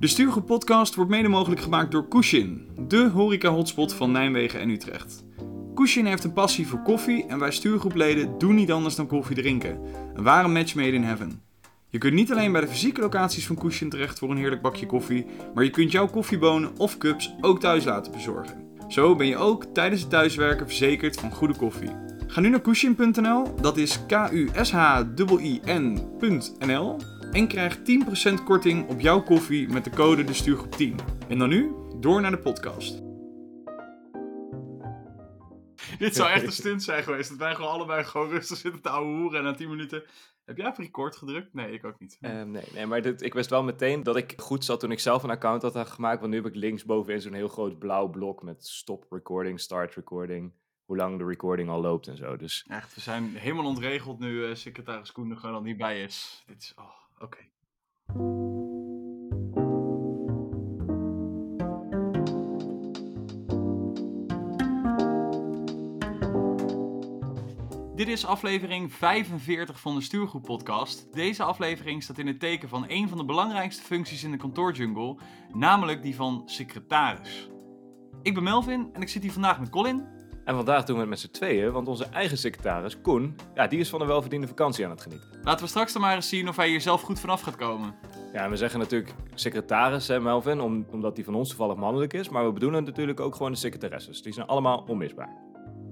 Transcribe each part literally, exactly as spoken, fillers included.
De Stuurgroep podcast wordt mede mogelijk gemaakt door Kushin, de horeca-hotspot van Nijmegen en Utrecht. Kushin heeft een passie voor koffie en wij Stuurgroepleden doen niet anders dan koffie drinken. Een ware match made in heaven. Je kunt niet alleen bij de fysieke locaties van Kushin terecht voor een heerlijk bakje koffie, maar je kunt jouw koffiebonen of cups ook thuis laten bezorgen. Zo ben je ook tijdens het thuiswerken verzekerd van goede koffie. Ga nu naar kushin punt n l, dat is k u s h i i n punt n l en krijg tien procent korting op jouw koffie met de code de Stuurgroep tien. En dan nu, door naar de podcast. Dit zou echt een stunt zijn geweest, dat wij gewoon allebei gewoon rustig zitten te ouwehoeren en na tien minuten... Heb jij op record gedrukt? Nee, ik ook niet. Uh, nee, nee, maar dit, ik wist wel meteen dat ik goed zat toen ik zelf een account had gemaakt, want nu heb ik linksbovenin zo'n heel groot blauw blok met stop recording, start recording, hoe lang de recording al loopt en zo. Dus... Echt, we zijn helemaal ontregeld nu uh, secretaris Koen er gewoon al niet bij is. Dit is, oh, oké. Okay. Dit is aflevering vijfenveertig van de Stuurgroep podcast. Deze aflevering staat in het teken van een van de belangrijkste functies in de kantoorjungle, namelijk die van secretaris. Ik ben Melvin en ik zit hier vandaag met Colin. En vandaag doen we het met z'n tweeën, want onze eigen secretaris, Koen, ja, die is van een welverdiende vakantie aan het genieten. Laten we straks dan maar eens zien of hij hier zelf goed vanaf gaat komen. Ja, en we zeggen natuurlijk secretaris, hè, Melvin, om, omdat die van ons toevallig mannelijk is, maar we bedoelen natuurlijk ook gewoon de secretaresses. Die zijn allemaal onmisbaar.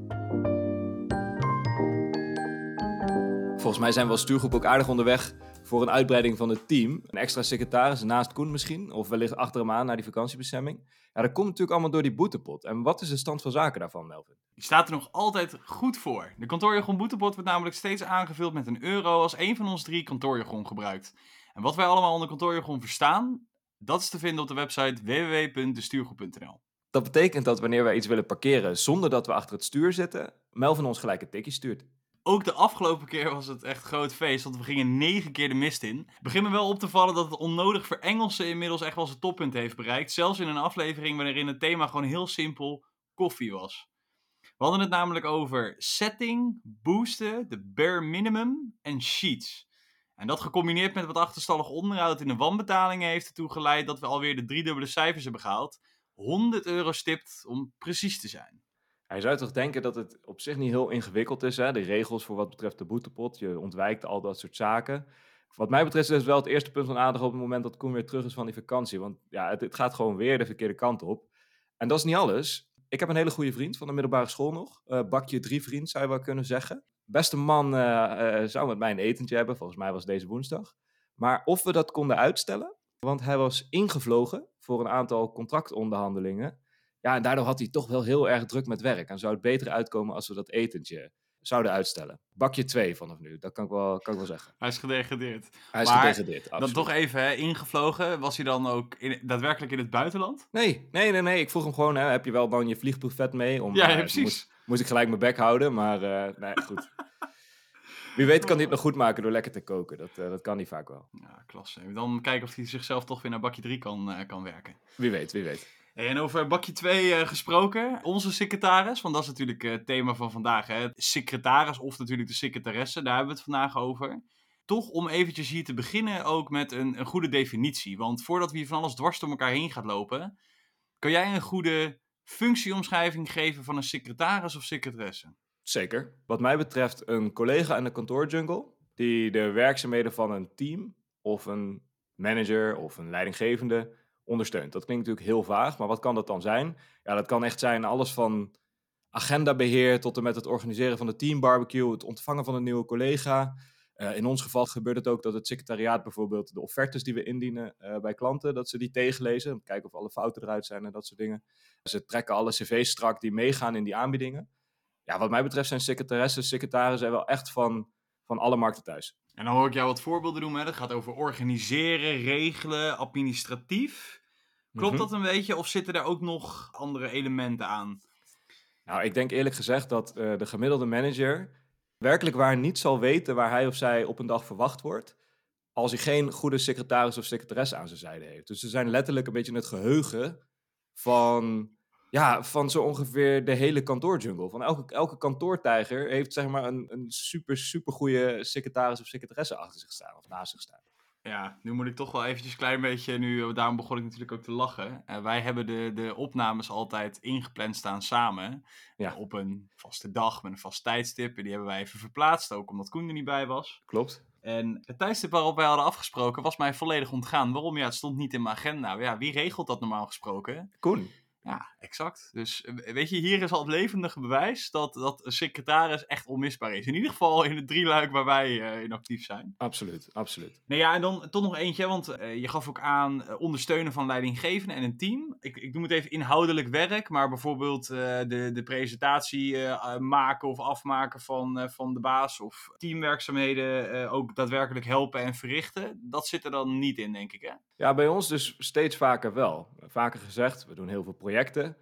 Volgens mij zijn we als stuurgroep ook aardig onderweg voor een uitbreiding van het team. Een extra secretaris naast Koen misschien, of wellicht achter hem aan naar die vakantiebestemming. Ja, dat komt natuurlijk allemaal door die boetepot. En wat is de stand van zaken daarvan, Melvin? Die staat er nog altijd goed voor. De kantoorjargon boetepot wordt namelijk steeds aangevuld met een euro als een van ons drie kantoorjargon gebruikt. En wat wij allemaal onder kantoorjargon verstaan, dat is te vinden op de website w w w punt de stuurgroep punt n l. Dat betekent dat wanneer wij iets willen parkeren zonder dat we achter het stuur zitten, Melvin ons gelijk een tikje stuurt. Ook de afgelopen keer was het echt groot feest, want we gingen negen keer de mist in. Het begint me wel op te vallen dat het onnodig voor Engelsen inmiddels echt wel zijn toppunt heeft bereikt. Zelfs in een aflevering waarin het thema gewoon heel simpel koffie was. We hadden het namelijk over setting, boosten, de bare minimum en sheets. En dat gecombineerd met wat achterstallig onderhoud in de wanbetalingen heeft ertoe geleid dat we alweer de driedubbele cijfers hebben gehaald. honderd euro stipt om precies te zijn. Je zou toch denken dat het op zich niet heel ingewikkeld is, hè? De regels voor wat betreft de boetepot. Je ontwijkt al dat soort zaken. Wat mij betreft is het wel het eerste punt van aandacht op het moment dat Koen weer terug is van die vakantie. Want ja, het, het gaat gewoon weer de verkeerde kant op. En dat is niet alles. Ik heb een hele goede vriend van de middelbare school nog. Uh, bakje drie vriend, zou je wel kunnen zeggen. Beste man uh, uh, zou met mij een etentje hebben. Volgens mij was het deze woensdag. Maar of we dat konden uitstellen, want hij was ingevlogen voor een aantal contractonderhandelingen. Ja, en daardoor had hij toch wel heel erg druk met werk. En zou het beter uitkomen als we dat etentje zouden uitstellen. Bakje twee vanaf nu, dat kan ik wel, kan ik wel zeggen. Hij is gedegradeerd. Hij is maar gedegradeerd, absoluut. Dan toch even, hè, ingevlogen. Was hij dan ook in, daadwerkelijk in het buitenland? Nee, nee, nee, nee. Ik vroeg hem gewoon, hè, heb je wel dan je vliegbuffet mee? Om, ja, ja, uh, precies. Moest, moest ik gelijk mijn bek houden, maar uh, nee, goed. Wie weet kan hij het nog goed maken door lekker te koken. Dat, uh, dat kan hij vaak wel. Ja, klasse. Dan kijken of hij zichzelf toch weer naar bakje drie kan, uh, kan werken. Wie weet, wie weet. En over bakje twee uh, gesproken, onze secretaris, want dat is natuurlijk uh, het thema van vandaag. Hè? Secretaris of natuurlijk de secretaresse, daar hebben we het vandaag over. Toch om eventjes hier te beginnen ook met een, een goede definitie. Want voordat we hier van alles dwars door elkaar heen gaan lopen, kan jij een goede functieomschrijving geven van een secretaris of secretaresse? Zeker. Wat mij betreft een collega in de kantoorjungle die de werkzaamheden van een team of een manager of een leidinggevende ondersteunt. Dat klinkt natuurlijk heel vaag, maar wat kan dat dan zijn? Ja, dat kan echt zijn alles van agendabeheer tot en met het organiseren van de teambarbecue, het ontvangen van een nieuwe collega. Uh, in ons geval gebeurt het ook dat het secretariaat bijvoorbeeld de offertes die we indienen uh, bij klanten, dat ze die tegenlezen, kijken of alle fouten eruit zijn en dat soort dingen. Ze trekken alle cv's strak die meegaan in die aanbiedingen. Ja, wat mij betreft zijn secretaressen, secretarissen wel echt van, van alle markten thuis. En dan hoor ik jou wat voorbeelden noemen. Dat gaat over organiseren, regelen, administratief. Klopt mm-hmm. dat een beetje of zitten er ook nog andere elementen aan? Nou, ik denk eerlijk gezegd dat uh, de gemiddelde manager werkelijk waar niet zal weten waar hij of zij op een dag verwacht wordt, als hij geen goede secretaris of secretaresse aan zijn zijde heeft. Dus ze zijn letterlijk een beetje het geheugen van, ja, van zo ongeveer de hele kantoorjungle. Van elke, elke kantoortijger heeft zeg maar een, een super, super goede secretaris of secretaresse achter zich staan of naast zich staan. Ja, nu moet ik toch wel eventjes een klein beetje, nu, daarom begon ik natuurlijk ook te lachen. Uh, wij hebben de, de opnames altijd ingepland staan samen. Uh, Ja, op een vaste dag met een vast tijdstip. En die hebben wij even verplaatst, ook omdat Koen er niet bij was. klopt. En het tijdstip waarop wij hadden afgesproken was mij volledig ontgaan. Waarom? Ja, het stond niet in mijn agenda. Ja, wie regelt dat normaal gesproken? Koen. Ja, exact. Dus uh, weet je, hier is al het levendige bewijs dat, dat een secretaris echt onmisbaar is. In ieder geval in het drieluik waar wij uh, in actief zijn. Absoluut, absoluut. Nou ja, en dan toch nog eentje, want uh, je gaf ook aan uh, ondersteunen van leidinggevenden en een team. Ik, ik noem het even inhoudelijk werk, maar bijvoorbeeld uh, de, de presentatie uh, maken of afmaken van, uh, van de baas of teamwerkzaamheden uh, ook daadwerkelijk helpen en verrichten. Dat zit er dan niet in, denk ik, hè? Ja, bij ons dus steeds vaker wel. Vaker gezegd, we doen heel veel projecten.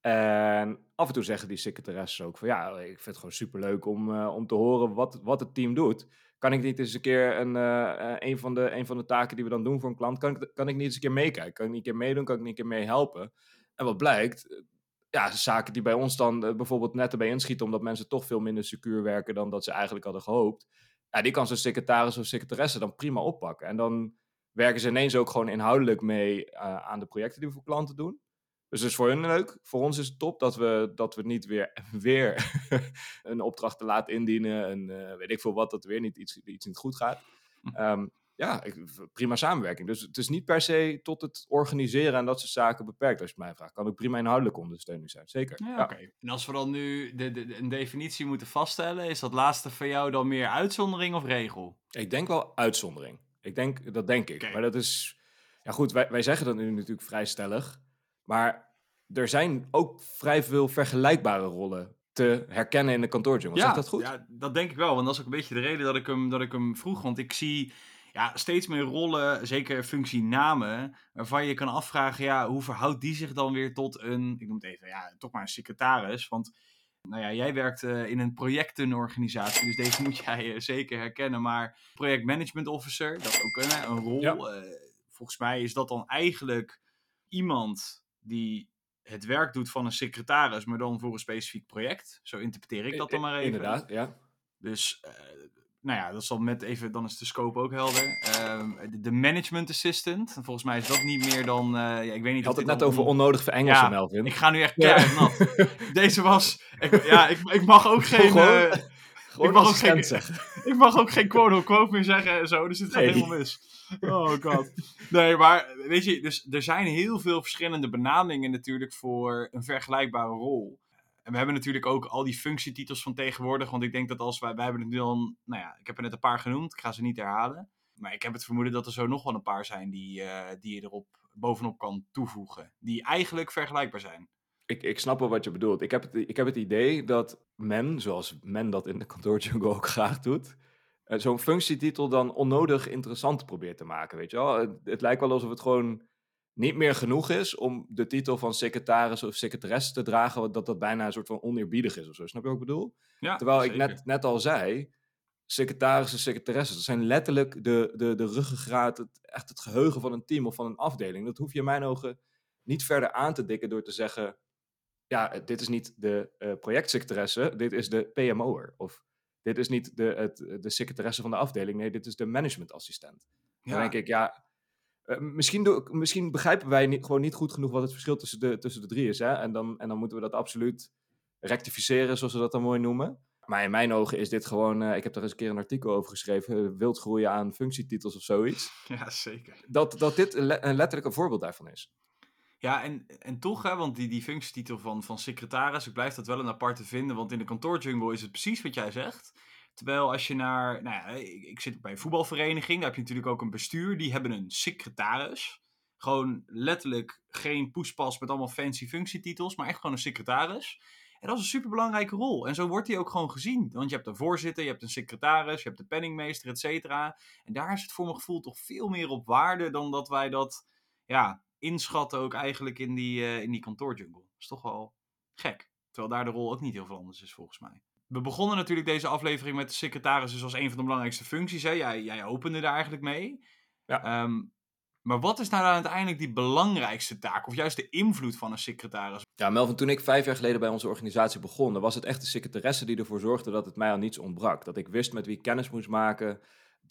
En af en toe zeggen die secretaressen ook van ja, ik vind het gewoon superleuk om, uh, om te horen wat, wat het team doet. Kan ik niet eens een keer een, uh, een, van de, een van de taken die we dan doen voor een klant, kan ik, kan ik niet eens een keer meekijken? Kan ik niet een keer meedoen? Kan ik niet een keer meehelpen? En wat blijkt, ja, zaken die bij ons dan uh, bijvoorbeeld net erbij inschieten, omdat mensen toch veel minder secuur werken dan dat ze eigenlijk hadden gehoopt. Ja, die kan zo'n secretaris of secretaresse dan prima oppakken. En dan werken ze ineens ook gewoon inhoudelijk mee uh, aan de projecten die we voor klanten doen. Dus dat is voor hun leuk. Voor ons is het top dat we, dat we niet weer, weer een opdracht te laat indienen. En uh, weet ik veel wat, dat er weer niet iets, iets niet goed gaat. Um, ja, ik, prima samenwerking. Dus het is niet per se tot het organiseren en dat soort zaken beperkt, als je mij vraagt. Kan ook prima inhoudelijke ondersteuning zijn, zeker. Ja, Ja. oké. Okay. En als we dan nu de, de, de, een definitie moeten vaststellen, is dat laatste voor jou dan meer uitzondering of regel? Ik denk wel uitzondering. Ik denk, dat denk ik. Okay. Maar dat is... Ja goed, wij, wij zeggen dat nu natuurlijk vrij stellig. Maar er zijn ook vrij veel vergelijkbare rollen te herkennen in de kantoorjungle. Ja, zeg dat goed? Ja, dat denk ik wel. Want dat is ook een beetje de reden dat ik hem, dat ik hem vroeg. Want ik zie ja, steeds meer rollen, zeker functienamen, waarvan je kan afvragen, ja, hoe verhoudt die zich dan weer tot een, ik noem het even, ja, toch maar een secretaris. Want nou ja, jij werkt uh, in een projectenorganisatie, dus deze moet jij uh, zeker herkennen. Maar projectmanagement officer, dat is ook een, een rol. Ja. Uh, volgens mij is dat dan eigenlijk iemand die het werk doet van een secretaris, maar dan voor een specifiek project. Zo interpreteer ik dat dan maar even. Inderdaad, ja. Dus, uh, nou ja, dat is dan met even, dan is de scope ook helder. Uh, de, de management assistant, volgens mij is dat niet meer dan, uh, ja, ik weet niet. Je had of het net on... over onnodig verengelsen, ja, Melvin. Ik ga nu echt keihard nat. Deze was, ik, ja, ik, ik mag ook geen... Gewoon, uh, gewoon ik mag ook geen, zeggen. Ik mag ook geen quote-unquote meer zeggen en zo, dus dit gaat Nee. helemaal mis. Oh god. Nee, maar weet je, dus er zijn heel veel verschillende benamingen natuurlijk voor een vergelijkbare rol. En we hebben natuurlijk ook al die functietitels van tegenwoordig, want ik denk dat als wij, wij hebben het nu dan, nou ja, ik heb er net een paar genoemd, ik ga ze niet herhalen. Maar ik heb het vermoeden dat er zo nog wel een paar zijn die, uh, die je erop bovenop kan toevoegen, die eigenlijk vergelijkbaar zijn. Ik, ik snap wel wat je bedoelt. Ik heb, het, ik heb het idee dat men, zoals men dat in de kantoorjungle ook graag doet, uh, zo'n functietitel dan onnodig interessant probeert te maken, weet je wel. Het, het lijkt wel alsof het gewoon niet meer genoeg is om de titel van secretaris of secretaresse te dragen, dat dat bijna een soort van oneerbiedig is of zo. Snap je wat ik bedoel? Ja, Terwijl zeker. ik net, net al zei, secretarissen, secretaressen, dat zijn letterlijk de, de, de ruggengraat, het, echt het geheugen van een team of van een afdeling. Dat hoef je in mijn ogen niet verder aan te dikken door te zeggen, ja, dit is niet de uh, projectsecretaresse, dit is de P M O'er. Of dit is niet de, het, de secretaresse van de afdeling, nee, dit is de managementassistent. Ja. Dan denk ik, ja, uh, misschien, do- misschien begrijpen wij niet, gewoon niet goed genoeg wat het verschil tussen de, tussen de drie is. Hè? En, dan, en dan moeten we dat absoluut rectificeren, zoals we dat dan mooi noemen. Maar in mijn ogen is dit gewoon, uh, ik heb daar eens een keer een artikel over geschreven, uh, wild groeien aan functietitels of zoiets. Ja, zeker. Dat, dat dit een, le- een letterlijk een voorbeeld daarvan is. Ja, en, en toch, hè, want die, die functietitel van, van secretaris, ik blijf dat wel een aparte vinden, want in de kantoorjungle is het precies wat jij zegt. Terwijl als je naar, nou ja, ik, ik zit bij een voetbalvereniging, daar heb je natuurlijk ook een bestuur, die hebben een secretaris. Gewoon letterlijk geen poespas met allemaal fancy functietitels, maar echt gewoon een secretaris. En dat is een superbelangrijke rol. En zo wordt die ook gewoon gezien. Want je hebt een voorzitter, je hebt een secretaris, je hebt de penningmeester, et cetera. En daar is het voor mijn gevoel toch veel meer op waarde dan dat wij dat, ja, inschatten ook eigenlijk in die, uh, in die kantoorjungle. Dat is toch wel gek. Terwijl daar de rol ook niet heel veel anders is volgens mij. We begonnen natuurlijk deze aflevering met de secretaris dus als een van de belangrijkste functies. Hè? Jij, jij opende daar eigenlijk mee. Ja. Um, maar wat is nou uiteindelijk die belangrijkste taak? Of juist de invloed van een secretaris? Ja, Melvin, toen ik vijf jaar geleden bij onze organisatie begon, dan was het echt de secretaresse die ervoor zorgde dat het mij aan niets ontbrak. Dat ik wist met wie ik kennis moest maken, dat ik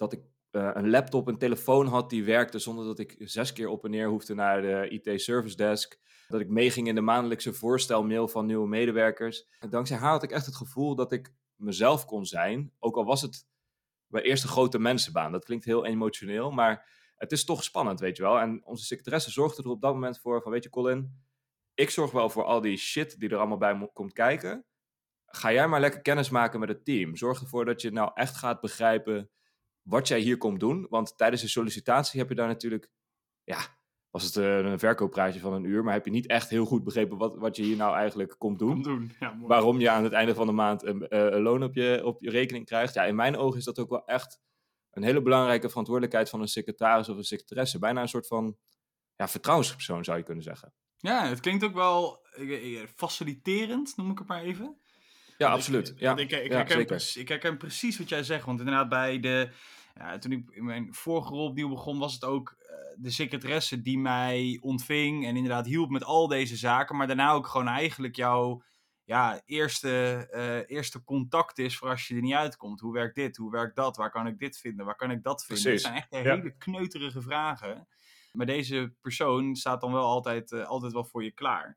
uh, een laptop, een telefoon had die werkte zonder dat ik zes keer op en neer hoefde naar de I T service desk. Dat ik meeging in de maandelijkse voorstelmail van nieuwe medewerkers. En dankzij haar had ik echt het gevoel dat ik mezelf kon zijn. Ook al was het mijn eerste grote mensenbaan. Dat klinkt heel emotioneel, maar het is toch spannend, weet je wel. En onze secretaresse zorgde er op dat moment voor van, weet je Colin, ik zorg wel voor al die shit die er allemaal bij mo- komt kijken. Ga jij maar lekker kennis maken met het team. Zorg ervoor dat je nou echt gaat begrijpen wat jij hier komt doen. Want tijdens de sollicitatie heb je daar natuurlijk, ja, was het uh, een verkooppraatje van een uur, maar heb je niet echt heel goed begrepen wat, wat je hier nou eigenlijk komt doen. Kom doen. Ja, mooi. Waarom je aan het einde van de maand een, uh, een loon op je, op je rekening krijgt. Ja, in mijn ogen is dat ook wel echt een hele belangrijke verantwoordelijkheid van een secretaris of een secretaresse. Bijna een soort van ja, vertrouwenspersoon zou je kunnen zeggen. Ja, het klinkt ook wel uh, faciliterend, noem ik het maar even. Ja, Want absoluut. Ik, ja, ik, ik, ja, herken zeker. pre- ik herken precies wat jij zegt. Want inderdaad, bij de, ja, toen ik in mijn vorige rol opnieuw begon, was het ook uh, de secretaresse die mij ontving en inderdaad hielp met al deze zaken. Maar daarna ook gewoon eigenlijk jouw ja, eerste, uh, eerste contact is voor als je er niet uitkomt. Hoe werkt dit? Hoe werkt dat? Waar kan ik dit vinden? Waar kan ik dat vinden? Precies. Het zijn echt Ja. hele kneuterige vragen. Maar deze persoon staat dan wel altijd, uh, altijd wel voor je klaar.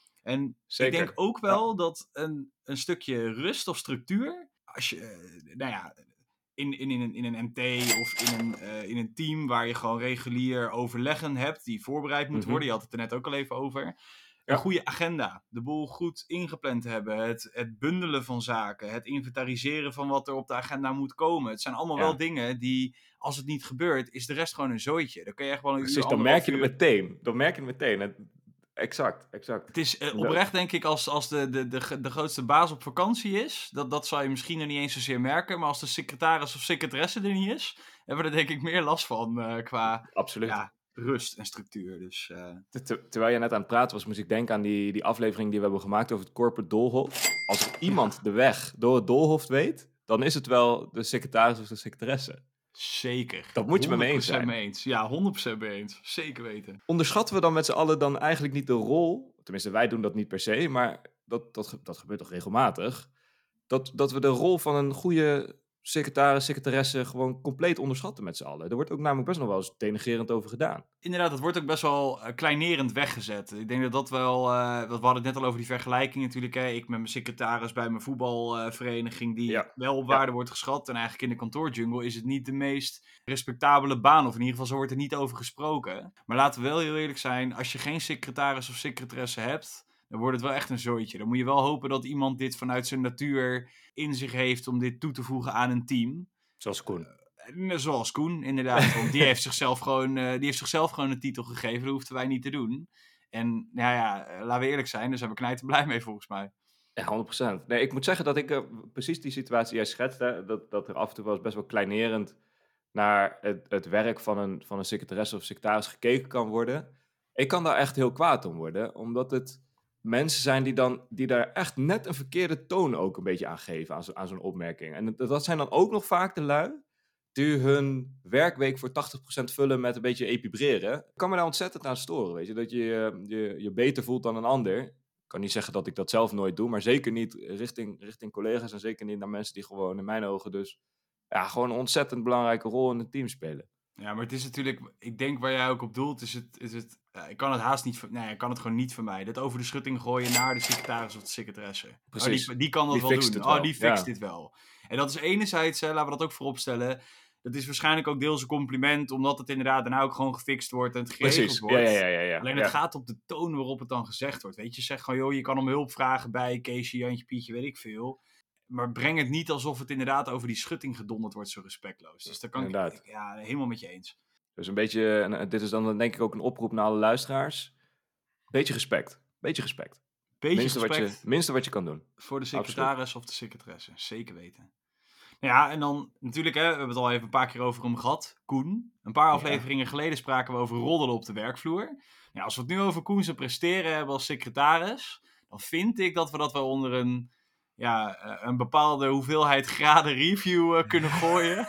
En Zeker. ik denk ook wel ja. dat een, een stukje rust of structuur, als je, uh, nou ja, in, in, in, een, in een M T of in een, uh, in een team waar je gewoon regulier overleggen hebt, die voorbereid moeten Mhm. worden, je had het er net ook al even over, Ja. een goede agenda, de boel goed ingepland hebben, het, het bundelen van zaken, het inventariseren van wat er op de agenda moet komen. Het zijn allemaal Ja. wel dingen die, als het niet gebeurt, is de rest gewoon een zooitje. Dan kun je echt wel een Precies, uur, dan merk je uur... het meteen. Dan merk je het meteen. Het, exact, exact. Het is uh, oprecht, denk ik, als, als de, de, de, de grootste baas op vakantie is, dat, dat zal je misschien nog niet eens zozeer merken, maar als de secretaris of secretaresse er niet is, hebben we er denk ik meer last van uh, qua Absoluut. Ja, rust en structuur. Dus, uh... Ter, terwijl je net aan het praten was, moest ik denken aan die, die aflevering die we hebben gemaakt over het corporate doolhof. Als er iemand ja. de weg door het doolhof weet, dan is het wel de secretaris of de secretaresse. Zeker. Dat moet je met me eens zijn. Mee eens. Ja, honderd procent mee eens. Zeker weten. Onderschatten we dan met z'n allen dan eigenlijk niet de rol, tenminste wij doen dat niet per se, maar dat, dat, dat gebeurt toch regelmatig, dat, dat we de rol van een goede secretaris, secretaresse gewoon compleet onderschatten met z'n allen. Er wordt ook namelijk best nog wel eens denigrerend over gedaan. Inderdaad, het wordt ook best wel uh, kleinerend weggezet. Ik denk dat dat wel, uh, we hadden het net al over die vergelijking natuurlijk. Hè. Ik met mijn secretaris bij mijn voetbalvereniging uh, die ja. wel op waarde ja. wordt geschat. En eigenlijk in de kantoorjungle is het niet de meest respectabele baan. Of in ieder geval, zo wordt er niet over gesproken. Maar laten we wel heel eerlijk zijn, als je geen secretaris of secretaresse hebt, dan wordt het wel echt een zooitje. Dan moet je wel hopen dat iemand dit vanuit zijn natuur in zich heeft om dit toe te voegen aan een team. Zoals Koen. Uh, zoals Koen, inderdaad. Want die heeft zichzelf gewoon, uh, die heeft zichzelf gewoon een titel gegeven. Dat hoefden wij niet te doen. En nou ja, uh, laten we eerlijk zijn, daar zijn we knijten blij mee volgens mij. Ja, honderd procent. Nee, ik moet zeggen dat ik uh, precies die situatie die jij schetste, dat, dat er af en toe wel eens best wel kleinerend naar het, het werk van een, van een secretaresse of secretaris gekeken kan worden. Ik kan daar echt heel kwaad om worden, omdat het mensen zijn die, dan, die daar echt net een verkeerde toon ook een beetje aan geven, aan, zo, aan zo'n opmerking. En dat, dat zijn dan ook nog vaak de lui die hun werkweek voor tachtig procent vullen met een beetje epibreren. Ik kan me daar ontzettend aan storen, weet je. Dat je je, je beter voelt dan een ander. Ik kan niet zeggen dat ik dat zelf nooit doe, maar zeker niet richting, richting collega's en zeker niet naar mensen die gewoon in mijn ogen dus ja, gewoon een ontzettend belangrijke rol in het team spelen. Ja, maar het is natuurlijk, ik denk waar jij ook op doelt, is het, is het uh, ik kan het haast niet, nee, ik kan het gewoon niet vermijden. Dat over de schutting gooien naar de secretaris of de secretaresse. Precies. Oh, die, die kan dat die wel doen. Wel. Oh, die fixt ja. dit wel. En dat is enerzijds, hè, laten we dat ook vooropstellen, dat is waarschijnlijk ook deels een compliment, omdat het inderdaad daarna ook gewoon gefixt wordt en het geregeld Precies. wordt. Ja, ja, ja, ja. Alleen ja. het gaat op de toon waarop het dan gezegd wordt. Weet je, zeg gewoon, joh, je kan om hulp vragen bij Keesje, Jantje, Pietje, weet ik veel. Maar breng het niet alsof het inderdaad over die schutting gedonderd wordt, zo respectloos. Dus daar kan inderdaad. ik ja, helemaal met je eens. Dus een beetje, en dit is dan denk ik ook een oproep naar alle luisteraars. Beetje respect. Beetje respect. Beetje minste respect. Wat je, minste wat je kan doen. Voor de secretaris Absoluut. Of de secretaresse. Zeker weten. Ja, en dan natuurlijk, hè, we hebben het al even een paar keer over hem gehad. Koen. Een paar afleveringen ja. geleden spraken we over roddelen op de werkvloer. Ja, als we het nu over Koen zijn presteren hebben als secretaris, dan vind ik dat we dat wel onder een, ja, een bepaalde hoeveelheid graden review uh, kunnen gooien.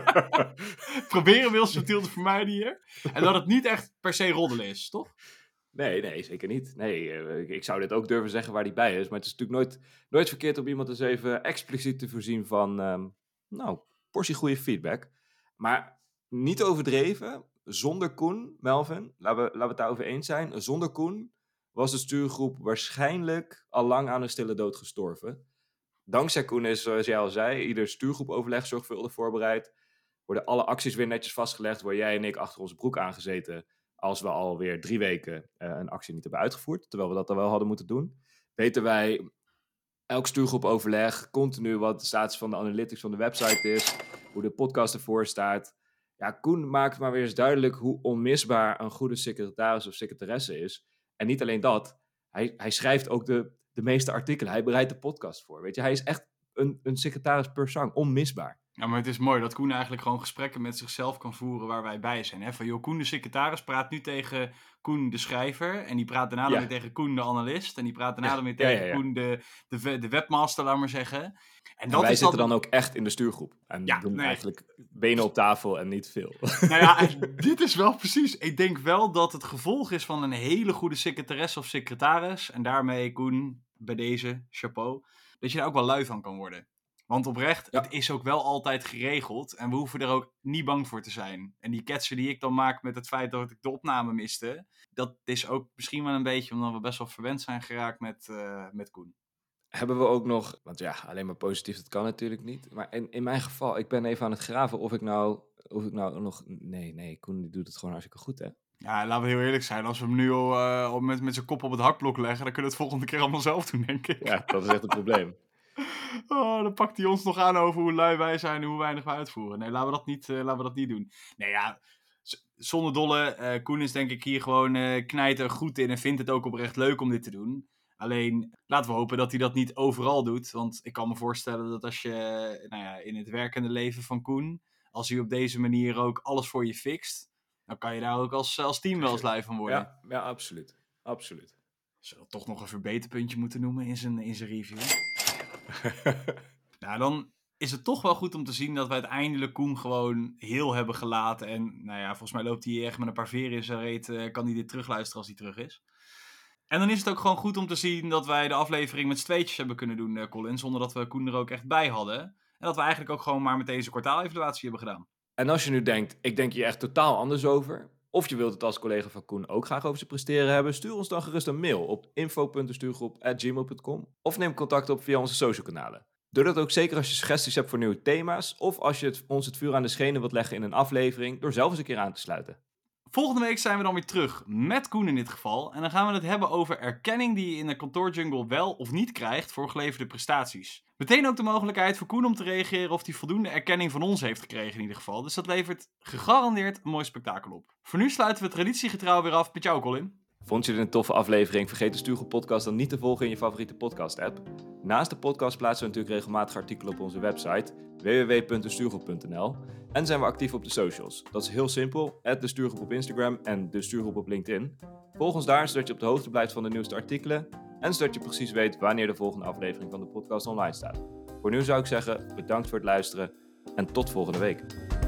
Proberen we heel subtiel te vermijden hier. En dat het niet echt per se roddelen is, toch? Nee, nee, zeker niet. Nee, uh, ik zou dit ook durven zeggen waar die bij is. Maar het is natuurlijk nooit, nooit verkeerd om iemand eens even expliciet te voorzien van, um, nou, portie goede feedback. Maar niet overdreven, zonder Koen, Melvin, laten we, laten we het daarover eens zijn. Zonder Koen was de stuurgroep waarschijnlijk al lang aan een stille dood gestorven. Dankzij Koen is, zoals jij al zei, ieder stuurgroepoverleg zorgvuldig voorbereid. Worden alle acties weer netjes vastgelegd, waar jij en ik achter onze broek aangezeten als we alweer drie weken uh, een actie niet hebben uitgevoerd, terwijl we dat dan wel hadden moeten doen. Weten wij elk stuurgroepoverleg continu wat de status van de analytics van de website is, hoe de podcast ervoor staat. Ja, Koen maakt maar weer eens duidelijk hoe onmisbaar een goede secretaris of secretaresse is. En niet alleen dat, hij, hij schrijft ook de, de meeste artikelen. Hij bereidt de podcast voor. Weet je, hij is echt een, een secretaris per zang, onmisbaar. Ja, maar het is mooi dat Koen eigenlijk gewoon gesprekken met zichzelf kan voeren waar wij bij zijn. Hè? Van, joh, Koen de secretaris praat nu tegen Koen de schrijver. En die praat daarna Ja. dan weer tegen Koen de analist. En die praat daarna Ja. dan weer Ja, tegen ja, ja. Koen de, de, de webmaster, laat maar zeggen. En, En dat wij is zitten dan dan ook echt in de stuurgroep. En Ja, doen nee. eigenlijk benen op tafel en niet veel. Nou ja, en dit is wel precies. Ik denk wel dat het gevolg is van een hele goede secretaresse of secretaris. En daarmee, Koen, bij deze, chapeau. Dat je daar ook wel lui van kan worden. Want oprecht, Ja. het is ook wel altijd geregeld. En we hoeven er ook niet bang voor te zijn. En die ketsen die ik dan maak met het feit dat ik de opname miste. Dat is ook misschien wel een beetje omdat we best wel verwend zijn geraakt met, uh, met Koen. Hebben we ook nog, want ja, alleen maar positief, dat kan natuurlijk niet. Maar in, in mijn geval, ik ben even aan het graven of ik nou, of ik nou nog... Nee, nee, Koen die doet het gewoon hartstikke goed, hè? Ja, laten we heel eerlijk zijn. Als we hem nu al uh, met, met zijn kop op het hakblok leggen, dan kunnen we het volgende keer allemaal zelf doen, denk ik. Ja, dat is echt het probleem. Oh, dan pakt hij ons nog aan over hoe lui wij zijn en hoe weinig we uitvoeren. Nee, laten we dat niet, uh, laten we dat niet doen. Nee, ja, z- zonder dolle. Uh, Koen is denk ik hier gewoon uh, knijt er goed in en vindt het ook oprecht leuk om dit te doen. Alleen, laten we hopen dat hij dat niet overal doet. Want ik kan me voorstellen dat als je nou ja, in het werkende leven van Koen, als hij op deze manier ook alles voor je fixt, dan kan je daar ook als, als team wel eens lui van worden. Ja, ja, absoluut. Absoluut. Zullen we toch nog een verbeterpuntje moeten noemen in zijn, in zijn review? Nou, dan is het toch wel goed om te zien dat we uiteindelijk Koen gewoon heel hebben gelaten. En nou ja, volgens mij loopt hij echt met een paar veren in zijn reet. Uh, kan hij dit terugluisteren als hij terug is. En dan is het ook gewoon goed om te zien dat wij de aflevering met z'n tweetjes hebben kunnen doen, uh, Colin. Zonder dat we Koen er ook echt bij hadden. En dat we eigenlijk ook gewoon maar met deze kwartaalevaluatie hebben gedaan. En als je nu denkt, ik denk hier echt totaal anders over, of je wilt het als collega van Koen ook graag over zijn presteren hebben, stuur ons dan gerust een mail op info punt de stuurgroep at gmail punt com of neem contact op via onze social kanalen. Doe dat ook zeker als je suggesties hebt voor nieuwe thema's of als je het, ons het vuur aan de schenen wilt leggen in een aflevering door zelf eens een keer aan te sluiten. Volgende week zijn we dan weer terug, met Koen in dit geval. En dan gaan we het hebben over erkenning die je in de kantoorjungle wel of niet krijgt voor geleverde prestaties. Meteen ook de mogelijkheid voor Koen om te reageren of hij voldoende erkenning van ons heeft gekregen in ieder geval. Dus dat levert gegarandeerd een mooi spektakel op. Voor nu sluiten we traditiegetrouw weer af met jou, Colin. Vond je dit een toffe aflevering? Vergeet de Stuurgroep podcast dan niet te volgen in je favoriete podcast app. Naast de podcast plaatsen we natuurlijk regelmatig artikelen op onze website w w w punt de stuurgroep punt n l en zijn we actief op de socials. Dat is heel simpel, at de Stuurgroep op Instagram en de Stuurgroep op LinkedIn. Volg ons daar zodat je op de hoogte blijft van de nieuwste artikelen en zodat je precies weet wanneer de volgende aflevering van de podcast online staat. Voor nu zou ik zeggen, bedankt voor het luisteren en tot volgende week.